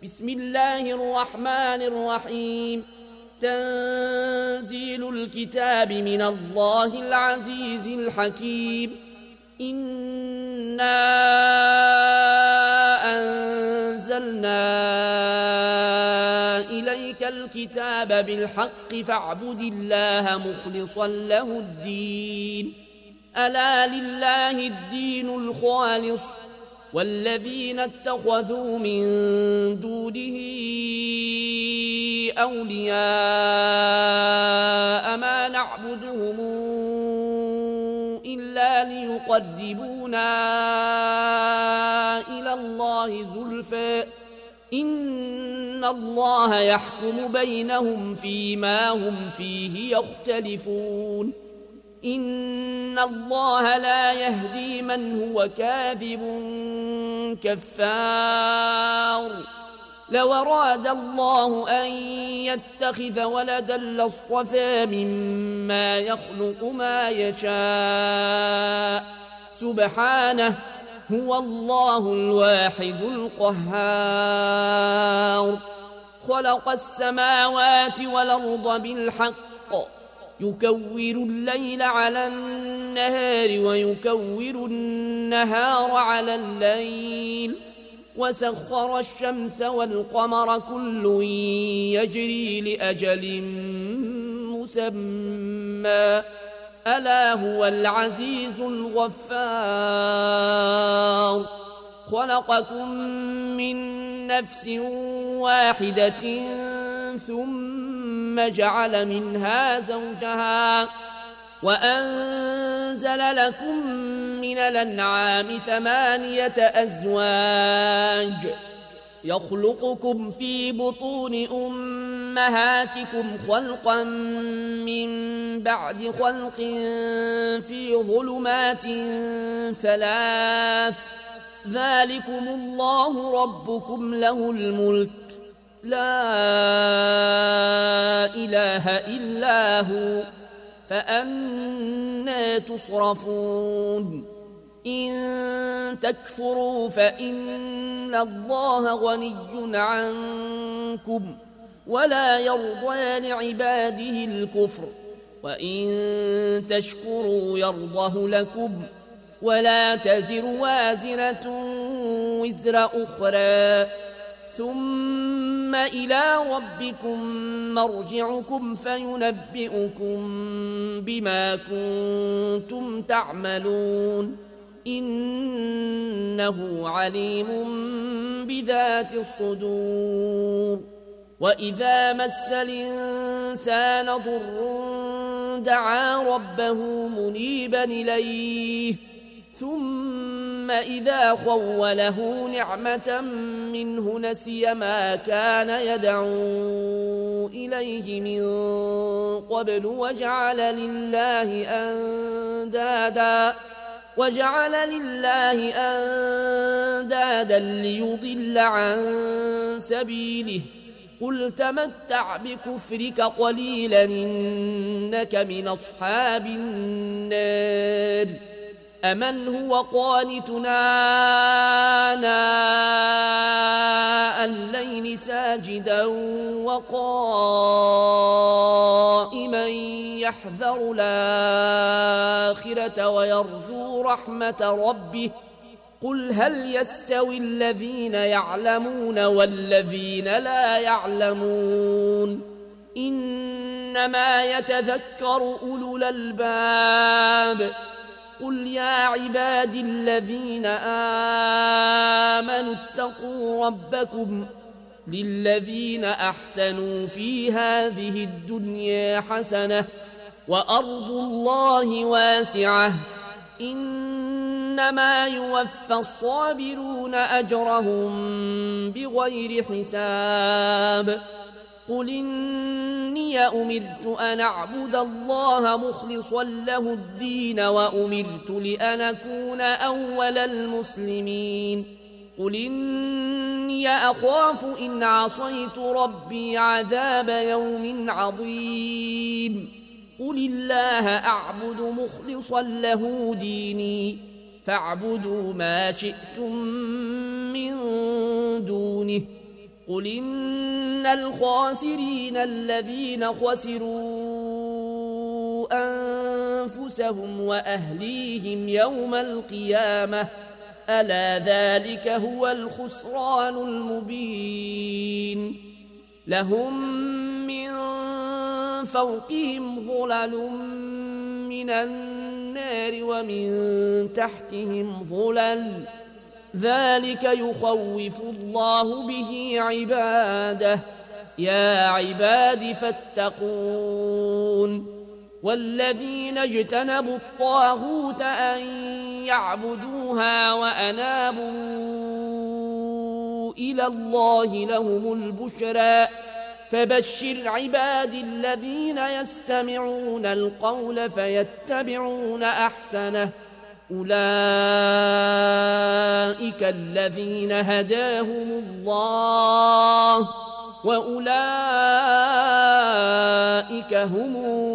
بسم الله الرحمن الرحيم. تنزيل الكتاب من الله العزيز الحكيم. إنا أنزلنا إليك الكتاب بالحق فاعبد الله مخلصا له الدين. ألا لله الدين الخالص والذين اتخذوا من دونه أولياء ما نعبدهم إلا ليقربونا إلى الله زلفى إن الله يحكم بينهم فيما هم فيه يختلفون. إن الله لا يهدي من هو كاذب كفار. لو أراد الله أن يتخذ ولدا لاصطفى مما يخلق ما يشاء سبحانه هو الله الواحد القهار. خلق السماوات والأرض بالحق يكور الليل على النهار ويكور النهار على الليل وسخر الشمس والقمر كل يجري لأجل مسمى ألا هو العزيز الغفار. خلقكم من نفس واحدة ثم جعل منها زوجها وأنزل لكم من الأنعام 8 أزواج يخلقكم في بطون أمهاتكم خلقا من بعد خلق في ظلمات 3 ذلكم الله ربكم له الملك لا إله إلا هو فأنى تصرفون. إن تكفروا فإن الله غني عنكم ولا يرضى لعباده الكفر وإن تشكروا يرضه لكم ولا تزر وازرة وزر أخرى ثم إلى ربكم مرجعكم فينبئكم بما كنتم تعملون إنه عليم بذات الصدور. وإذا مس الإنسان ضر دعا ربه منيبا إليه ثم إذا خوله نعمة منه نسي ما كان يدعو إليه من قبل وجعل لله أندادا ليضل عن سبيله قل تمتع بكفرك قليلا إنك من أصحاب النار. أمن هو قانتنا آناء الليل ساجدا وقائما يحذر الآخرة ويرجو رحمة ربه قل هل يستوي الذين يعلمون والذين لا يعلمون إنما يتذكر أولو الألباب. قل يا عبادي الذين آمنوا اتقوا ربكم للذين أحسنوا في هذه الدنيا حسنة وأرض الله واسعة إنما يوفى الصابرون أجرهم بغير حساب. قل إني أمرت أن أعبد الله مخلصا له الدين وأمرت لأن أكون أول المسلمين. قل إني أخاف إن عصيت ربي عذاب يوم عظيم. قل الله أعبد مخلصا له ديني فاعبدوا ما شئتم من دونه. قل إن الخاسرين الذين خسروا أنفسهم وأهليهم يوم القيامة ألا ذلك هو الخسران المبين لهم من فوقهم ظلل من النار ومن تحتهم ظلل ذلك يخوف الله به عباده يا عباد فاتقون والذين اجتنبوا الطاغوت أن يعبدوها وأنابوا إلى الله لهم البشرى فبشر عبادي الذين يستمعون القول فيتبعون أحسنه أولئك الذين هداهم الله وأولئك هم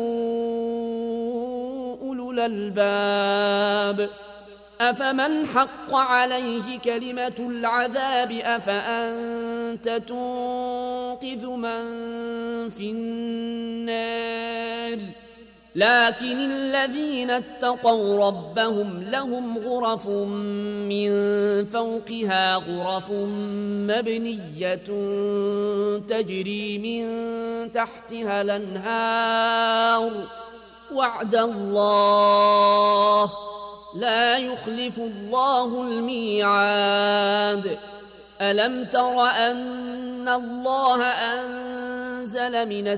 أولو الألباب أفمن حق عليه كلمة العذاب أفأنت تنقذ من في النار لكن الذين اتقوا ربهم لهم غرف من فوقها غرف مبنية تجري من تحتها الأنهار وعد الله لا يخلف الله الميعاد ألم تر أن الله أنزل من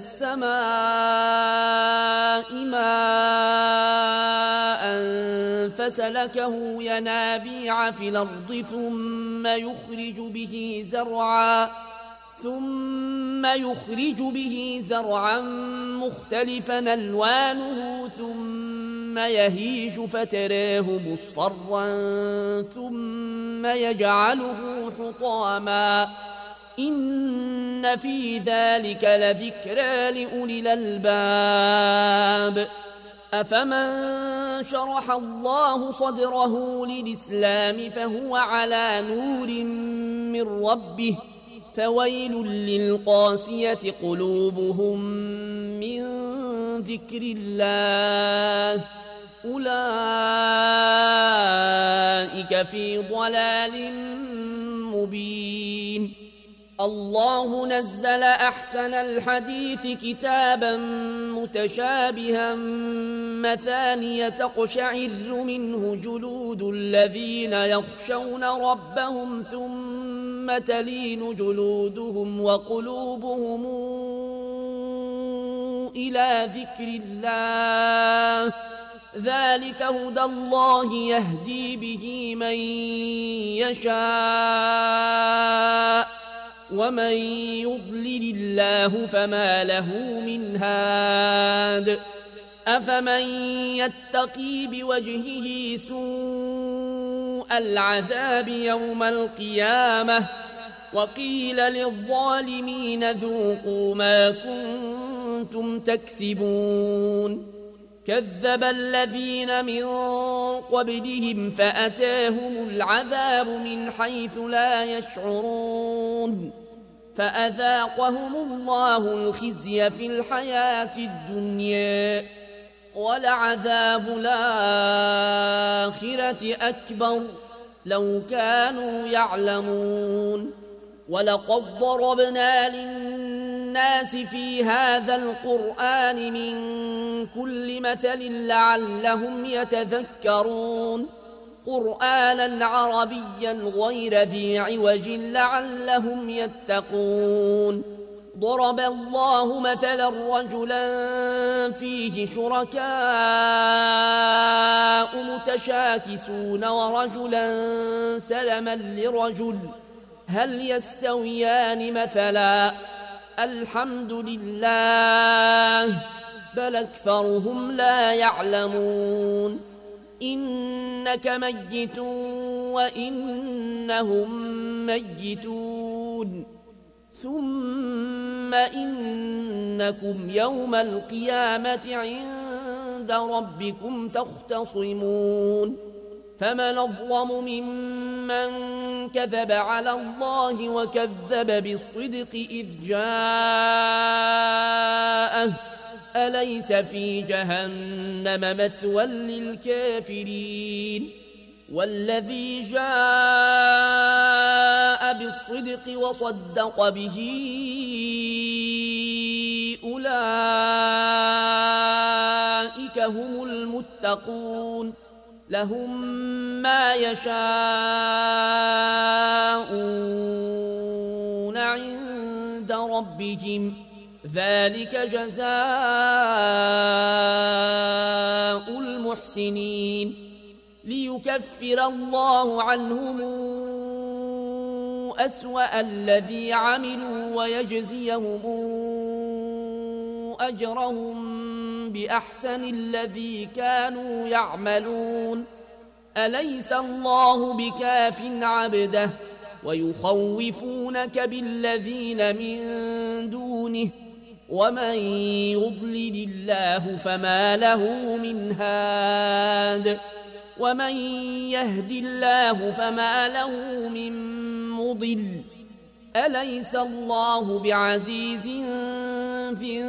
السماء ماء فسلكه ينابيع في الأرض ثم يخرج به زرعا مختلفا ألوانه ثم يهيج فتراه مصفرا ثم يجعله حطاما إن في ذلك لذكرى لأولي الألباب أفمن شرح الله صدره للإسلام فهو على نور من ربه فويل للقاسية قلوبهم من ذكر الله أولئك في ضلال مبين الله نزل أحسن الحديث كتابا متشابها مثانية تقشعر منه جلود الذين يخشون ربهم ثم تلين جلودهم وقلوبهم إلى ذكر الله ذلك هدى الله يهدي به من يشاء ومن يضلل الله فما له من هاد أفمن يتقي بوجهه سوء العذاب يوم القيامة وقيل للظالمين ذوقوا ما كنتم تكسبون كذب الذين من قبلهم فأتاهم العذاب من حيث لا يشعرون فأذاقهم الله الخزي في الحياة الدنيا ولعذاب الآخرة أكبر لو كانوا يعلمون ولقد ضربنا للناس في هذا القرآن من كل مثل لعلهم يتذكرون قرآنا عربيا غير ذي عوج لعلهم يتقون ضرب الله مثلا رجلا فيه شركاء متشاكسون ورجلا سلما لرجل هل يستويان مثلا الحمد لله بل أكثرهم لا يعلمون إنك ميت وإنهم ميتون ثم إنكم يوم القيامة عند ربكم تختصمون فمن أظلم ممن كذب على الله وكذب بالصدق إذ جاءه أليس في جهنم مثوى للكافرين والذي جاء بالصدق وصدق به أولئك هم المتقون لهم ما يشاءون عند ربهم ذلك جزاء المحسنين ليكفر الله عنهم أسوأ الذي عملوا ويجزيهم أجرهم بأحسن الذي كانوا يعملون أليس الله بكاف عبده ويخوفونك بالذين من دونه ومن يضلل الله فما له من هاد ومن يهد الله فما له من مضل أليس الله بعزيز في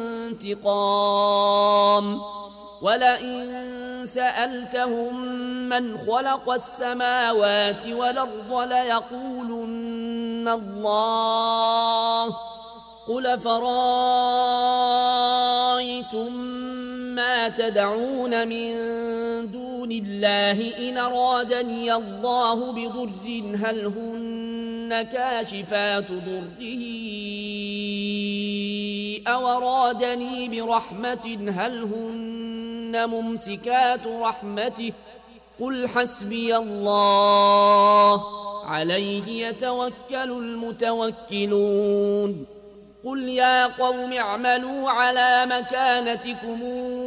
انتقام ولئن سألتهم من خلق السماوات والأرض ليقولن الله قل فرأيتم ما تدعون من دون الله إن أرادني الله بضر هل هن كاشفات ضره أو أرادني برحمة هل هن ممسكات رحمته قل حسبي الله عليه يتوكل المتوكلون قل يا قوم اعملوا على مكانتكم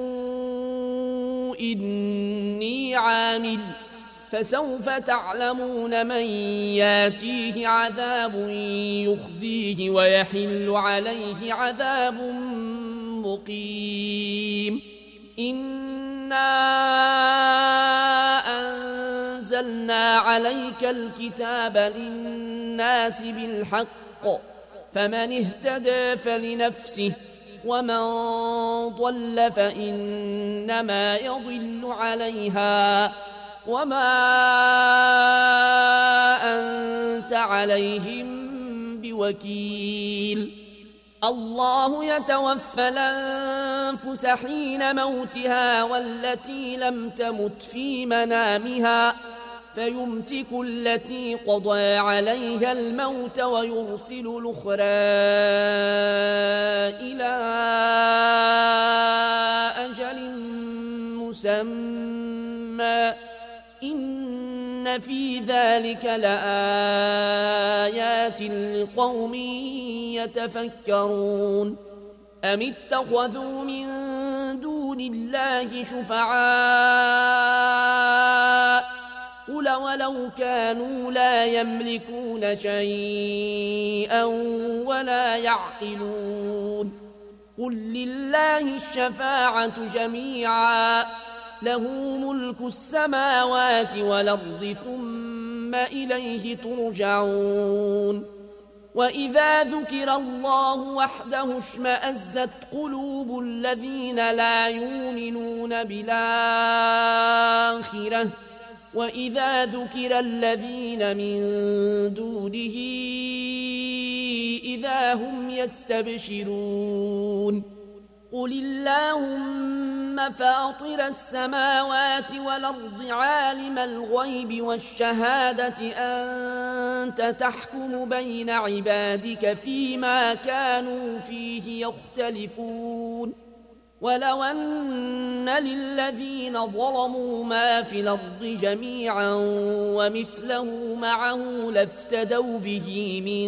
إني عامل فسوف تعلمون من ياتيه عذاب يخزيه ويحل عليه عذاب مقيم إنا أنزلنا عليك الكتاب للناس بالحق فمن اهتدى فلنفسه ومن ضل فإنما يضل عليها وما أنت عليهم بوكيل الله يتوفى الأنفس حين موتها والتي لم تمت في منامها فيمسك التي قضى عليها الموت ويرسل الأخرى إلى أجل مسمى إن في ذلك لآيات لقوم يتفكرون أم اتخذوا من دون الله شفعاء قل ولو كانوا لا يملكون شيئا ولا يعقلون قل لله الشفاعة جميعا له ملك السماوات والأرض ثم إليه ترجعون وإذا ذكر الله وحده اشمأزت قلوب الذين لا يؤمنون بالآخرة وإذا ذكر الذين من دونه إذا هم يستبشرون قل اللهم فاطر السماوات والأرض عالم الغيب والشهادة أنت تحكم بين عبادك فيما كانوا فيه يختلفون ولو أن للذين ظلموا ما في الأرض جميعا ومثله معه لافتدوا به من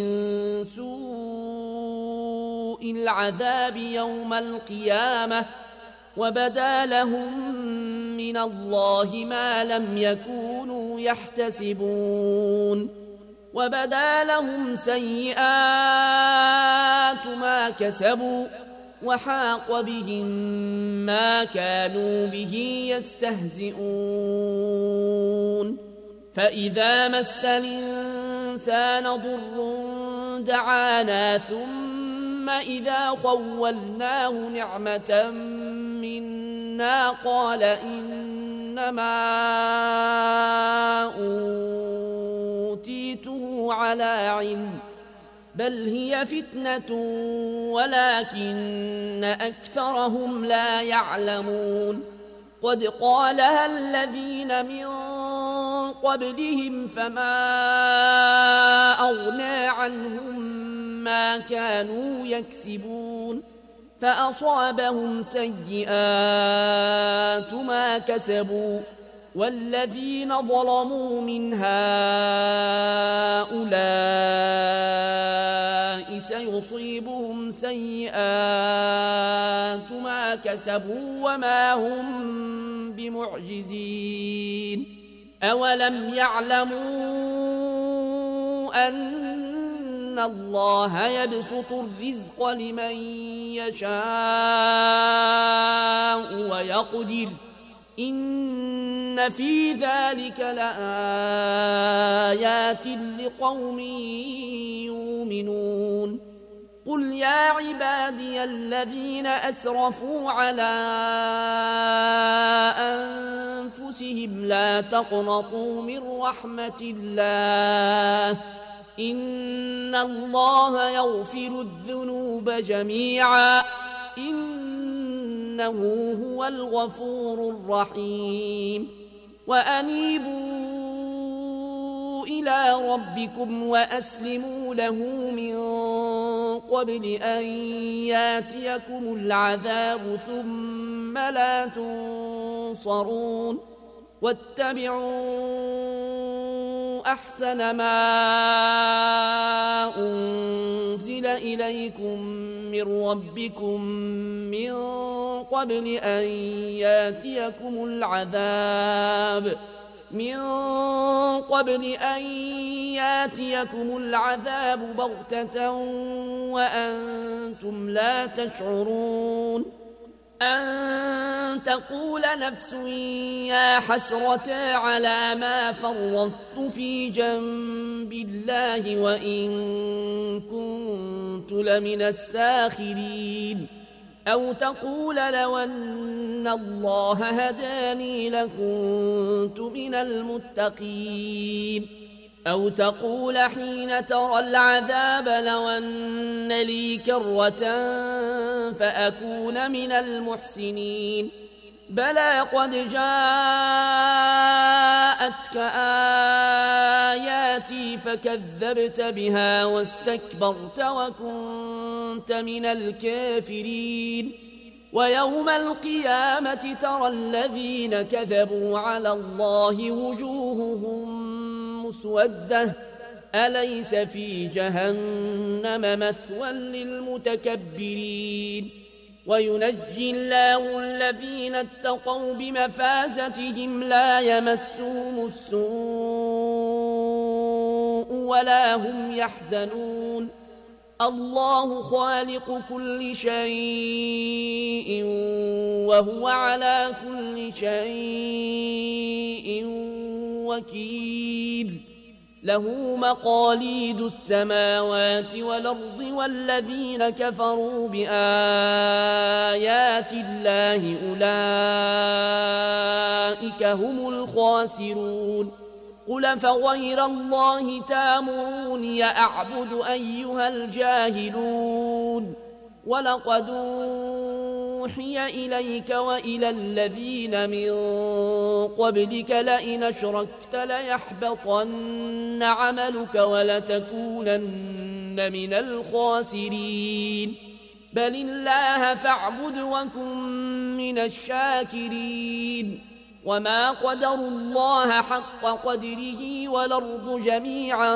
سوء العذاب يوم القيامة وبدا لهم من الله ما لم يكونوا يحتسبون وبدا لهم سيئات ما كسبوا وحاق بهم ما كانوا به يستهزئون فإذا مس الإنسان ضر دعانا ثم إذا خولناه نعمة منا قال إنما أوتيته على علم بل هي فتنة ولكن أكثرهم لا يعلمون قد قالها الذين من قبلهم فما أغنى عنهم ما كانوا يكسبون فأصابهم سيئات ما كسبوا والذين ظلموا من هؤلاء سيصيبهم سيئات ما كسبوا وما هم بمعجزين أولم يعلموا أن الله يبسط الرزق لمن يشاء ويقدر إن في ذلك لآيات لقوم يؤمنون قل يا عبادي الذين أسرفوا على أنفسهم لا تقنطوا من رحمة الله إن الله يغفر الذنوب جميعا إنه هو الغفور الرحيم وأنيبوا إلى ربكم وأسلموا له من قبل أن ياتيكم العذاب ثم لا تنصرون واتبعوا أحسن ما أنزل إليكم من ربكم من قبل أن ياتيكم العذاب بغتة وأنتم لا تشعرون أن تقول نفس يا حسرة على ما فرطت في جنب الله وإن كنت لمن الساخرين أو تقول لو أن الله هداني لكنت من المتقين أو تقول حين ترى العذاب لو أن لي كرة فأكون من المحسنين بلى قد جاءتك آياتي فكذبت بها واستكبرت وكنت من الكافرين ويوم القيامة ترى الذين كذبوا على الله وجوههم مسودة أليس في جهنم مثوى للمتكبرين وينجي الله الذين اتقوا بمفازتهم لا يمسهم السوء ولا هم يحزنون الله خالق كل شيء وهو على كل شيء وكيل له مقاليد السماوات والأرض والذين كفروا بآيات الله أولئك هم الخاسرون قل فغير الله تامروني أعبد أيها الجاهلون ولقد أوحي إليك وإلى الذين من قبلك لئن أشركت ليحبطن عملك ولتكونن من الخاسرين بل الله فاعبد وكن من الشاكرين وما قدروا الله حق قدره والأرض جميعا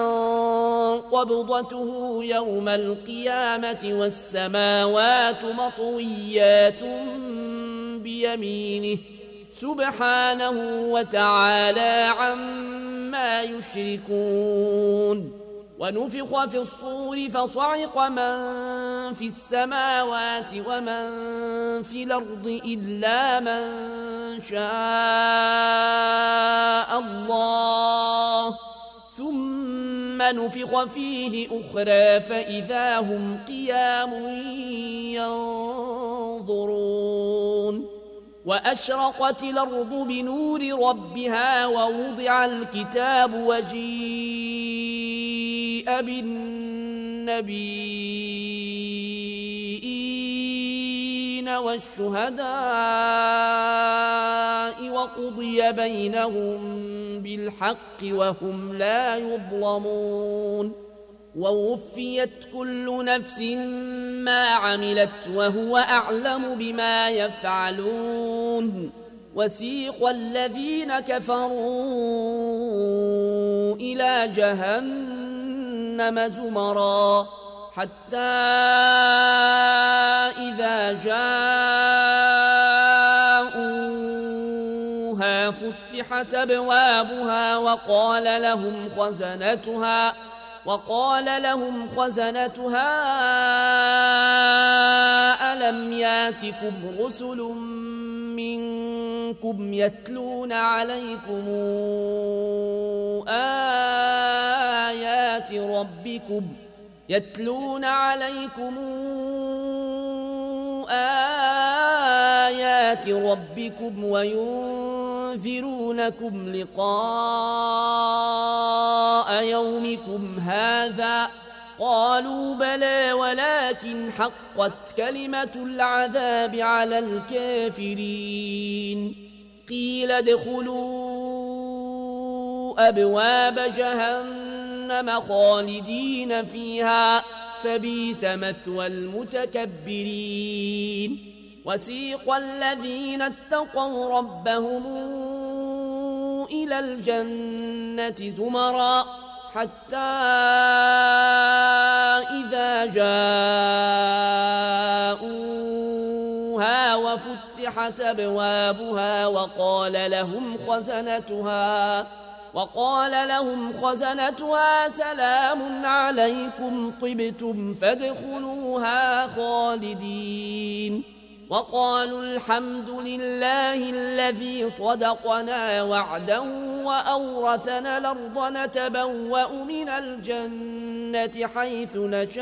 قبضته يوم القيامة والسماوات مطويات بيمينه سبحانه وتعالى عما يشركون ونفخ في الصور فصعق من في السماوات ومن في الأرض إلا من شاء الله ثم نفخ فيه أخرى فإذا هم قيام ينظرون وأشرقت الأرض بنور ربها ووضع الكتاب وجيء بالنبيين والشهداء وقضي بينهم بالحق وهم لا يظلمون ووفيت كل نفس ما عملت وهو أعلم بما يفعلون وسيق الذين كفروا إلى جهنم زمرا حتى إذا جاءوها فتحت أبوابها وقال لهم خزنتها ألم ياتكم رسل منكم يتلون عليكم آيات ربكم وينذرونكم لقاء يومكم هذا قالوا بلى ولكن حقت كلمة العذاب على الكافرين قيل ادخلوا أبواب جهنم خالدين فيها فبئس مثوى المتكبرين وسيق الذين اتقوا ربهم إلى الجنة زمرا حتى إذا جاءوها وفتحت أبوابها وقال لهم خزنتها سلام عليكم طبتم فادخلوها خالدين وقالوا الحمد لله الذي صدقنا وعده وأورثنا الأرض نتبوأ من الجنة حيث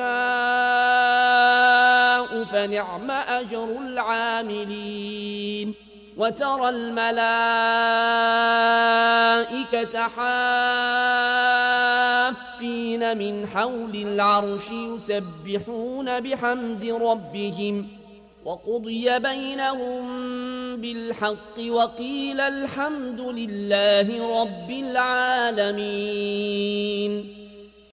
نشاء فنعم أجر العاملين وترى الملائكة حافين من حول العرش يسبحون بحمد ربهم وقضي بينهم بالحق وقيل الحمد لله رب العالمين